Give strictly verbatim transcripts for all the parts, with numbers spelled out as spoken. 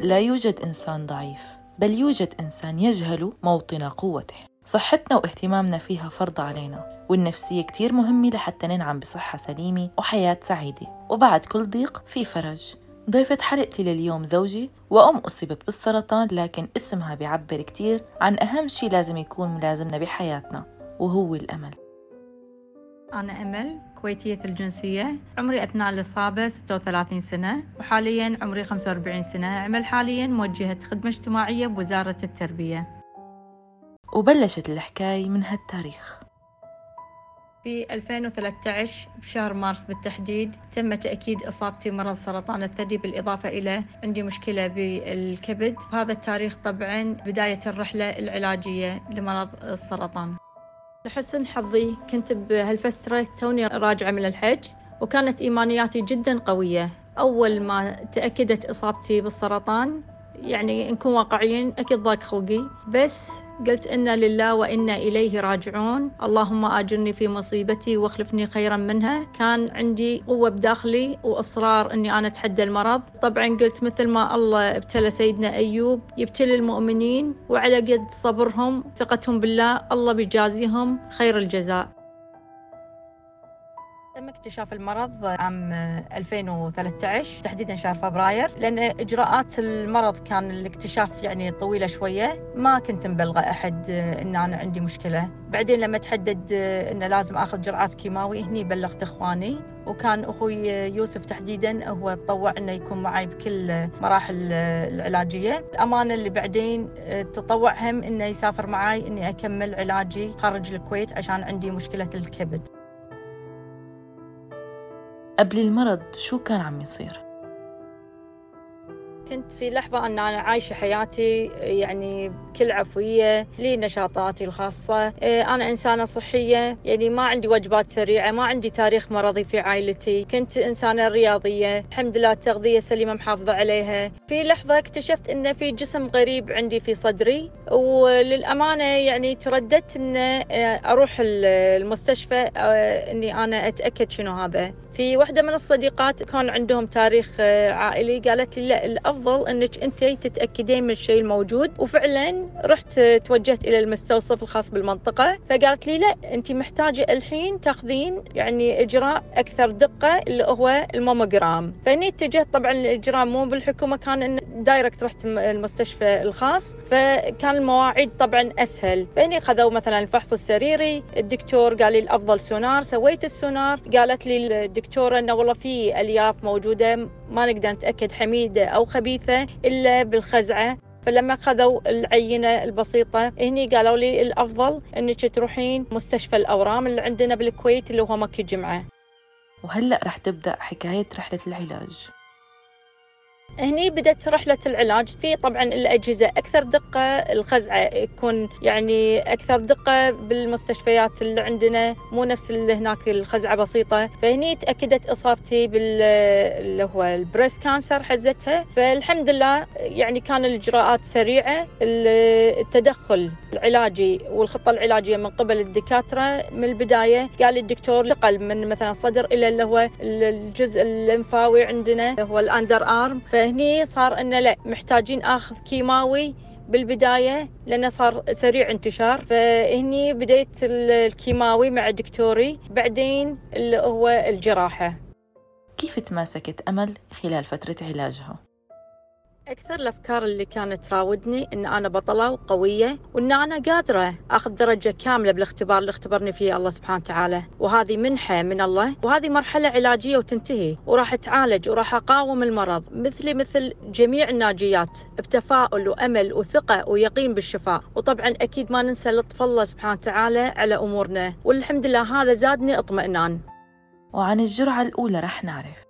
لا يوجد إنسان ضعيف، بل يوجد إنسان يجهل موطن قوته. صحتنا واهتمامنا فيها فرض علينا، والنفسية كتير مهمة لحتى ننعم بصحة سليمة وحياة سعيدة، وبعد كل ضيق في فرج. ضيفة حلقتي لليوم زوجي وأم أصيبت بالسرطان، لكن اسمها بيعبر كتير عن أهم شي لازم يكون ملازمنا بحياتنا، وهو الأمل. أنا أمل، كويتية الجنسية، عمري أثناء الإصابة ستة وثلاثين سنة، وحالياً عمري خمسة وأربعين سنة. أعمل حالياً موجهة خدمة اجتماعية بوزارة التربية. وبلشت الحكاية من هالتاريخ. في ألفين وثلاثة عشر بشهر مارس بالتحديد تم تأكيد إصابتي مرض سرطان الثدي، بالإضافة إلى عندي مشكلة بالكبد. وهذا التاريخ طبعاً بداية الرحلة العلاجية لمرض السرطان. لحسن حظي كنت بهالفترة توني راجعة من الحج، وكانت إيمانياتي جدا قوية. أول ما تأكدت إصابتي بالسرطان، يعني نكون واقعيين، أكيد ضاق خلقي، بس قلت إنا لله وإنا إليه راجعون، اللهم آجرني في مصيبتي واخلفني خيرا منها. كان عندي قوة بداخلي وإصرار إني أنا أتحدى المرض. طبعا قلت مثل ما الله ابتلى سيدنا أيوب يبتلي المؤمنين، وعلى قد صبرهم ثقتهم بالله الله بيجازيهم خير الجزاء. تم اكتشاف المرض عام ألفين وثلاثة عشر تحديداً شهر فبراير، لأن إجراءات المرض كان الاكتشاف يعني طويلة شوية، ما كنت مبلغة أحد إن أنا عندي مشكلة. بعدين لما تحدد إن لازم أخذ جرعات كيماوي، هني بلغت إخواني، وكان أخوي يوسف تحديداً هو تطوع إنه يكون معي بكل مراحل العلاجية. الأمانة اللي بعدين تطوع هم إنه يسافر معي إني أكمل علاجي خارج الكويت عشان عندي مشكلة الكبد. قبل المرض شو كان عم يصير؟ كنت في لحظة أن أنا عايشة حياتي يعني بكل عفوية، لي نشاطاتي الخاصة. أنا إنسانة صحية، يعني ما عندي وجبات سريعة، ما عندي تاريخ مرضي في عائلتي. كنت إنسانة رياضية، الحمد لله التغذية سليمة محافظة عليها. في لحظة اكتشفت أن في جسم غريب عندي في صدري، وللأمانة يعني ترددت أن أروح المستشفى أني أنا أتأكد شنو هذا. في واحدة من الصديقات كان عندهم تاريخ عائلي، قالت لي لا، الأفضل أنك أنت تتأكدين من الشيء الموجود. وفعلا رحت توجهت إلى المستوصف الخاص بالمنطقة، فقالت لي لا، أنت محتاجة الحين تاخذين يعني إجراء أكثر دقة اللي هو الماموجرام. فإني اتجهت، طبعا الإجراء مو بالحكومة، كان إن دايركت رحت المستشفى الخاص، فكان المواعيد طبعا أسهل. فإني خذوا مثلا الفحص السريري، الدكتور قال لي الأفضل سونار. سويت السونار، قالت لي الدكتورة إنه والله في ألياف موجودة ما نقدر نتأكد حميدة أو خبيثة إلا بالخزعة. فلما أخذوا العينة البسيطة هني قالوا لي الأفضل إنك تروحين مستشفى الأورام اللي عندنا بالكويت اللي هو مكة جمعة. وهلأ رح تبدأ حكاية رحلة العلاج. هني بدأت رحلة العلاج. في طبعا الأجهزة أكثر دقة، الخزعة يكون يعني أكثر دقة بالمستشفيات اللي عندنا، مو نفس اللي هناك الخزعة بسيطة. فهني تأكدت إصابتي بال اللي هو البريس كانسر، حزتها. فالحمد لله يعني كان الإجراءات سريعة. التدخل العلاجي والخطة العلاجية من قبل الدكاترة من البداية، قال الدكتور نقل من مثلا الصدر إلى اللي هو الجزء الليمفاوي عندنا اللي هو الأندر آرم. فهني صار إنه لا، محتاجين آخذ كيماوي بالبداية لأنه صار سريع انتشار. فهني بديت الكيماوي مع دكتوري، بعدين اللي هو الجراحة. كيف تماسكت أمل خلال فترة علاجها؟ أكثر الأفكار اللي كانت تراودني إن أنا بطلة وقوية، وإن أنا قادرة أخذ درجة كاملة بالاختبار اللي اختبرني فيه الله سبحانه وتعالى، وهذه منحة من الله، وهذه مرحلة علاجية وتنتهي، وراح أتعالج وراح أقاوم المرض مثلي مثل جميع الناجيات، بتفاؤل وأمل وثقة ويقين بالشفاء. وطبعا أكيد ما ننسى لطف الله سبحانه وتعالى على أمورنا، والحمد لله هذا زادني اطمئنان. وعن الجرعة الأولى رح نعرف.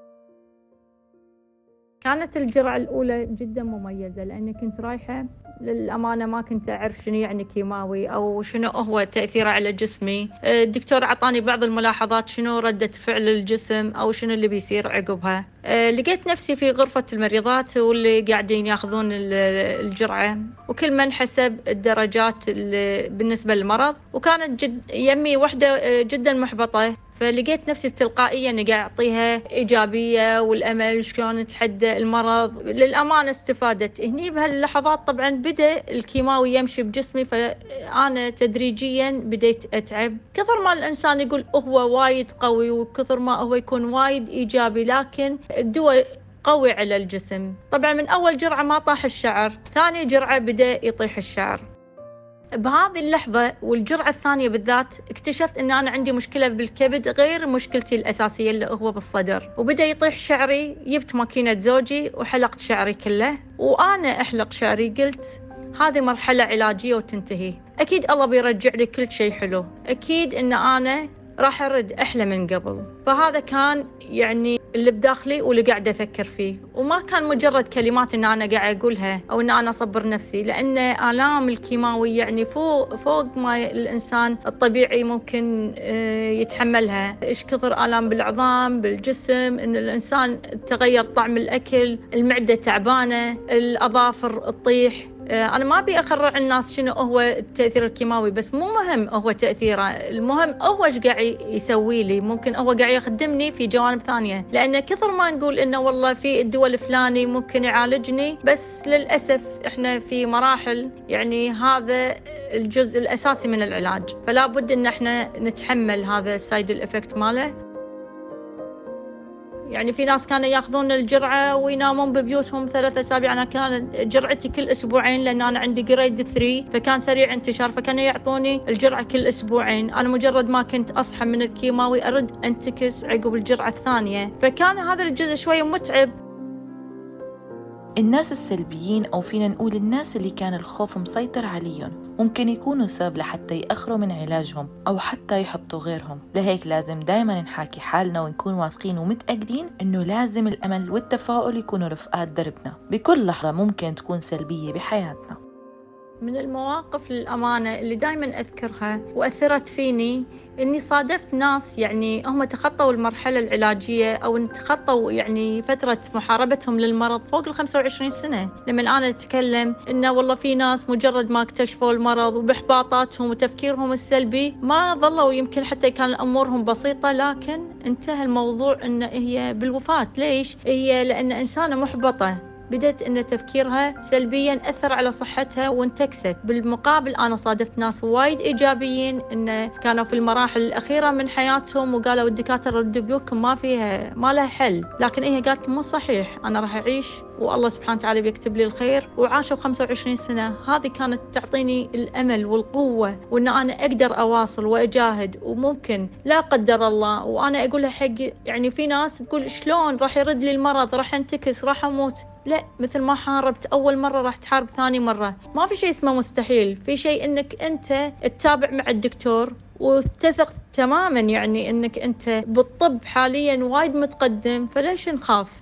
كانت الجرعة الأولى جدا مميزة، لأني كنت رايحة للأمانة ما كنت أعرف شنو يعني كيماوي أو شنو هو تأثيره على جسمي. الدكتور عطاني بعض الملاحظات شنو ردة فعل الجسم أو شنو اللي بيصير عقبها. لقيت نفسي في غرفة المريضات واللي قاعدين ياخذون الجرعة، وكل من حسب الدرجات بالنسبة للمرض. وكانت جد يمي واحدة جدا محبطة، فلقيت نفسي تلقائيا اني قاعد اعطيها ايجابيه والامل شلون نتحدى المرض. للامانه استفادت هني بهاللحظات. طبعا بدا الكيماوي يمشي بجسمي، فانا تدريجيا بديت اتعب. كثر ما الانسان يقول هو وايد قوي وكثر ما هو يكون وايد ايجابي، لكن الدواء قوي على الجسم. طبعا من اول جرعه ما طاح الشعر، ثاني جرعه بدا يطيح الشعر. بهذه اللحظة والجرعة الثانية بالذات اكتشفت أن أنا عندي مشكلة بالكبد غير مشكلتي الأساسية اللي هو بالصدر، وبدأ يطيح شعري. جبت ماكينة زوجي وحلقت شعري كله. وأنا أحلق شعري قلت هذه مرحلة علاجية وتنتهي، أكيد الله بيرجع لي كل شيء حلو، أكيد أن أنا راح أرد أحلى من قبل. فهذا كان يعني اللي بداخلي واللي قاعد أفكر فيه، وما كان مجرد كلمات إن أنا قاعد أقولها أو إن أنا أصبر نفسي، لأن آلام الكيماوي يعني فوق فوق ما الإنسان الطبيعي ممكن يتحملها. إيش كثر آلام بالعظام بالجسم، إن الإنسان تغير طعم الأكل، المعدة تعبانة، الأظافر تطيح. أنا ما أبي أخرع الناس شنو هو التأثير الكيماوي، بس مو مهم هو تأثيره، المهم هو إيش قاعد يسوي لي. ممكن هو قاعد يخدمني في جوانب ثانية، لأن كثر ما نقول إنه والله في الدواء الفلاني ممكن يعالجني، بس للأسف إحنا في مراحل يعني هذا الجزء الأساسي من العلاج، فلا بد إن إحنا نتحمل هذا السايد الإفكت ماله. يعني في ناس كانوا ياخذون الجرعة وينامون ببيوتهم ثلاثة أسابيع. أنا كانت جرعتي كل أسبوعين، لأن أنا عندي جريد ثري فكان سريع انتشار، فكانوا يعطوني الجرعة كل أسبوعين. أنا مجرد ما كنت أصحى من الكيماوي أرد أنتكس عقب الجرعة الثانية، فكان هذا الجزء شوي متعب. الناس السلبيين أو فينا نقول الناس اللي كان الخوف مسيطر عليهم ممكن يكونوا سبب لحتى يأخروا من علاجهم أو حتى يحبطوا غيرهم. لهيك لازم دايما نحاكي حالنا ونكون واثقين ومتأكدين إنه لازم الأمل والتفاؤل يكونوا رفقات دربنا بكل لحظة ممكن تكون سلبية بحياتنا. من المواقف للأمانة اللي دايما أذكرها وأثرت فيني إني صادفت ناس يعني هم تخطوا المرحلة العلاجية أو تخطوا يعني فترة محاربتهم للمرض فوق الخمسة وعشرين سنة. لما أنا أتكلم إنه والله في ناس مجرد ما اكتشفوا المرض وبإحباطاتهم وتفكيرهم السلبي ما ظلوا، يمكن حتى كان أمورهم بسيطة لكن انتهى الموضوع إنه هي بالوفاة. ليش؟ هي لأن إنسانة محبطة بدأت أن تفكيرها سلبياً أثر على صحتها وانتكست. بالمقابل أنا صادفت ناس وايد إيجابيين إن كانوا في المراحل الأخيرة من حياتهم وقالوا الدكاترة ردوا بيوتكم ما فيها ما لها حل، لكن هي قالت مو صحيح، أنا راح أعيش والله سبحانه وتعالى بيكتب لي الخير. وعاشوا خمسة وعشرين سنة. هذه كانت تعطيني الأمل والقوة وإن أنا أقدر أواصل وأجاهد، وممكن لا قدر الله. وأنا أقولها حق يعني في ناس تقول شلون راح يرد لي المرض، راح أنتكس، راح أموت. لا، مثل ما حاربت أول مرة راح تحارب ثاني مرة. ما في شيء اسمه مستحيل، في شيء إنك أنت تتابع مع الدكتور وتثق تماما يعني إنك أنت بالطب حاليا وايد متقدم، فليش نخاف؟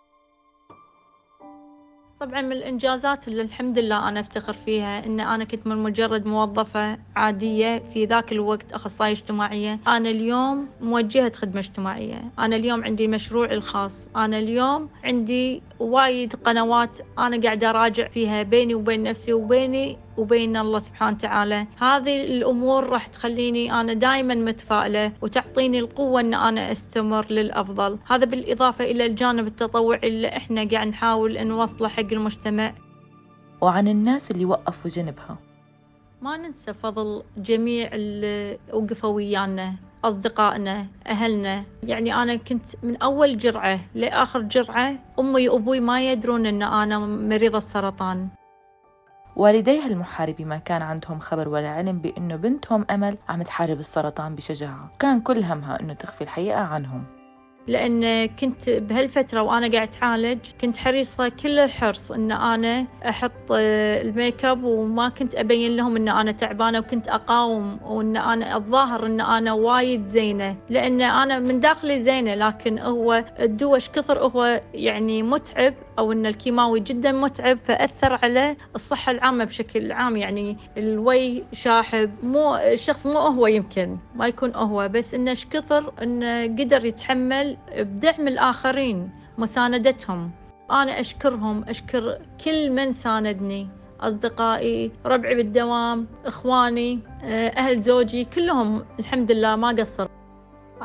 طبعا من الإنجازات اللي الحمد لله أنا أفتخر فيها إن أنا كنت من مجرد موظفة عادية في ذاك الوقت أخصائية اجتماعية، أنا اليوم موجهة خدمة اجتماعية، أنا اليوم عندي مشروعي الخاص، أنا اليوم عندي وايد قنوات أنا قاعدة أراجع فيها بيني وبين نفسي وبيني وبين الله سبحانه وتعالى. هذه الأمور راح تخليني أنا دائما متفائلة وتعطيني القوة أن أنا أستمر للأفضل. هذا بالإضافة إلى الجانب التطوعي اللي إحنا قاعد نحاول نوصله حق المجتمع. وعن الناس اللي وقفوا جنبها ما ننسى فضل جميع اللي وقفوا ويانا، أصدقائنا، أهلنا. يعني أنا كنت من أول جرعة لآخر جرعة أمي وأبوي ما يدرون أن أنا مريضة السرطان. والديها المحاربي ما كان عندهم خبر ولا علم بأنه بنتهم أمل عم تحارب السرطان بشجاعة، كان كل همها أنه تخفي الحقيقة عنهم. لأن كنت بهالفترة وأنا قاعد أتعالج كنت حريصة كل الحرص أن أنا أحط الميك اب، وما كنت أبين لهم أن أنا تعبانة، وكنت أقاوم وأن أنا أتظاهر أن أنا وايد زينة، لأن أنا من داخلي زينة. لكن هو الدوش كثر هو يعني متعب، أو أن الكيماوي جدا متعب، فأثر على الصحة العامة بشكل عام. يعني الوي شاحب، مو الشخص مو هو يمكن ما يكون هو، بس إنه إيش كثر إنه قدر يتحمل بدعم الآخرين، مساندتهم. أنا أشكرهم، أشكر كل من ساندني، أصدقائي، ربعي بالدوام، إخواني، أهل زوجي، كلهم الحمد لله ما قصر.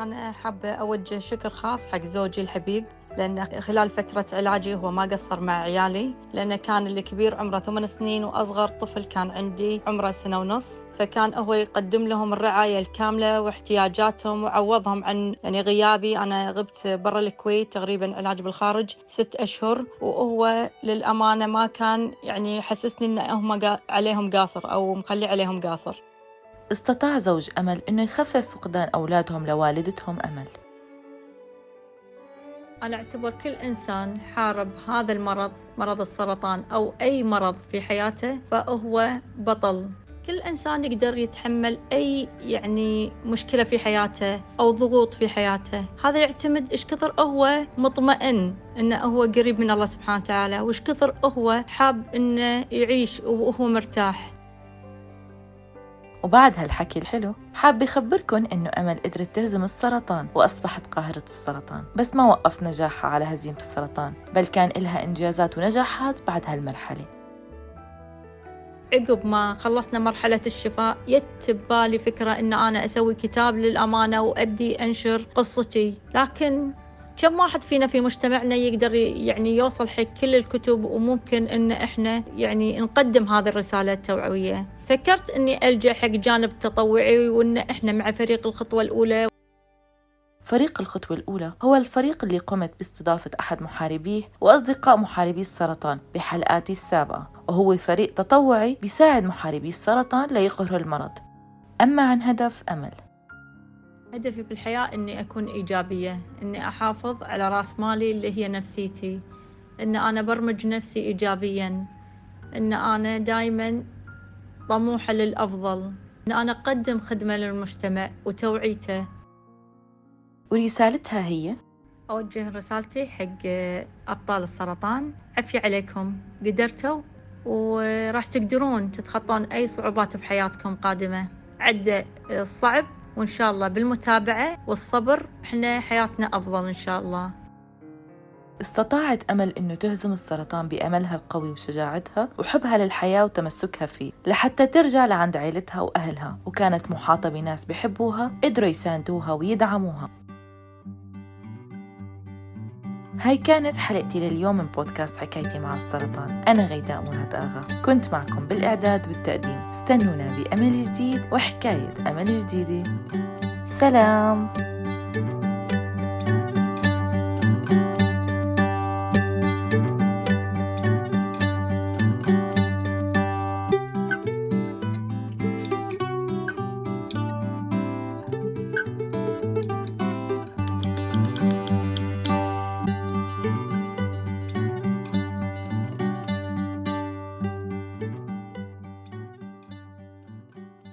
أنا حابة أوجه شكر خاص حق زوجي الحبيب، لأن خلال فترة علاجي هو ما قصر مع عيالي، لأنه كان الكبير عمره ثمان سنين وأصغر طفل كان عندي عمره سنة ونص، فكان هو يقدم لهم الرعاية الكاملة واحتياجاتهم وعوضهم عن يعني غيابي. أنا غبت برا الكويت تقريبا علاج بالخارج ست أشهر، وهو للأمانة ما كان يعني يحسسني إن هم عليهم قاصر أو مخلي عليهم قاصر. استطاع زوج أمل إنه يخفف فقدان أولادهم لوالدتهم أمل. أنا أعتبر كل إنسان حارب هذا المرض، مرض السرطان أو أي مرض في حياته، فهو بطل. كل إنسان يقدر يتحمل أي يعني مشكلة في حياته أو ضغوط في حياته. هذا يعتمد إيش كثر هو مطمئن إنه هو قريب من الله سبحانه وتعالى، وإيش كثر هو حاب إنه يعيش وهو مرتاح. وبعد هالحكي الحلو حاب يخبركن إنه أمل قدرت تهزم السرطان وأصبحت قاهرة السرطان، بس ما وقف نجاحها على هزيمة السرطان، بل كان إلها إنجازات ونجاحات بعد هالمرحلة. عقب ما خلصنا مرحلة الشفاء يت ببالي فكرة إن أنا أسوي كتاب للأمانة وأدي أنشر قصتي، لكن كم واحد فينا في مجتمعنا يقدر يعني يوصل حق كل الكتب، وممكن إن إحنا يعني نقدم هذه الرسالة التوعوية. فكرت إني ألجأ حق جانب تطوعي، وإن إحنا مع فريق الخطوة الأولى. فريق الخطوة الأولى هو الفريق اللي قمت باستضافة أحد محاربيه وأصدقاء محاربي السرطان بحلقاتي السابقة، وهو فريق تطوعي بيساعد محاربي السرطان ليقهروا المرض. أما عن هدف أمل، هدفي بالحياة إني أكون إيجابية، إني أحافظ على رأس مالي اللي هي نفسيتي، إن أنا برمج نفسي إيجابياً، إن أنا دايماً طموحة للأفضل، إن أنا أقدم خدمة للمجتمع وتوعيته. ورسالتها هي أوجه رسالتي حق أبطال السرطان: عفي عليكم، قدرتوا وراح تقدرون تتخطون أي صعوبات في حياتكم قادمة. عدى الصعب، وإن شاء الله بالمتابعة والصبر إحنا حياتنا أفضل إن شاء الله. استطاعت أمل إنه تهزم السرطان بأملها القوي وشجاعتها وحبها للحياة وتمسكها فيه، لحتى ترجع لعند عائلتها وأهلها، وكانت محاطة بناس بيحبوها قدروا يساندوها ويدعموها. هاي كانت حلقتي لليوم من بودكاست حكايتي مع السرطان. أنا غيداء مناد آغا، كنت معكم بالإعداد والتقديم. استنونا بأمل جديد وحكاية أمل جديدة. سلام.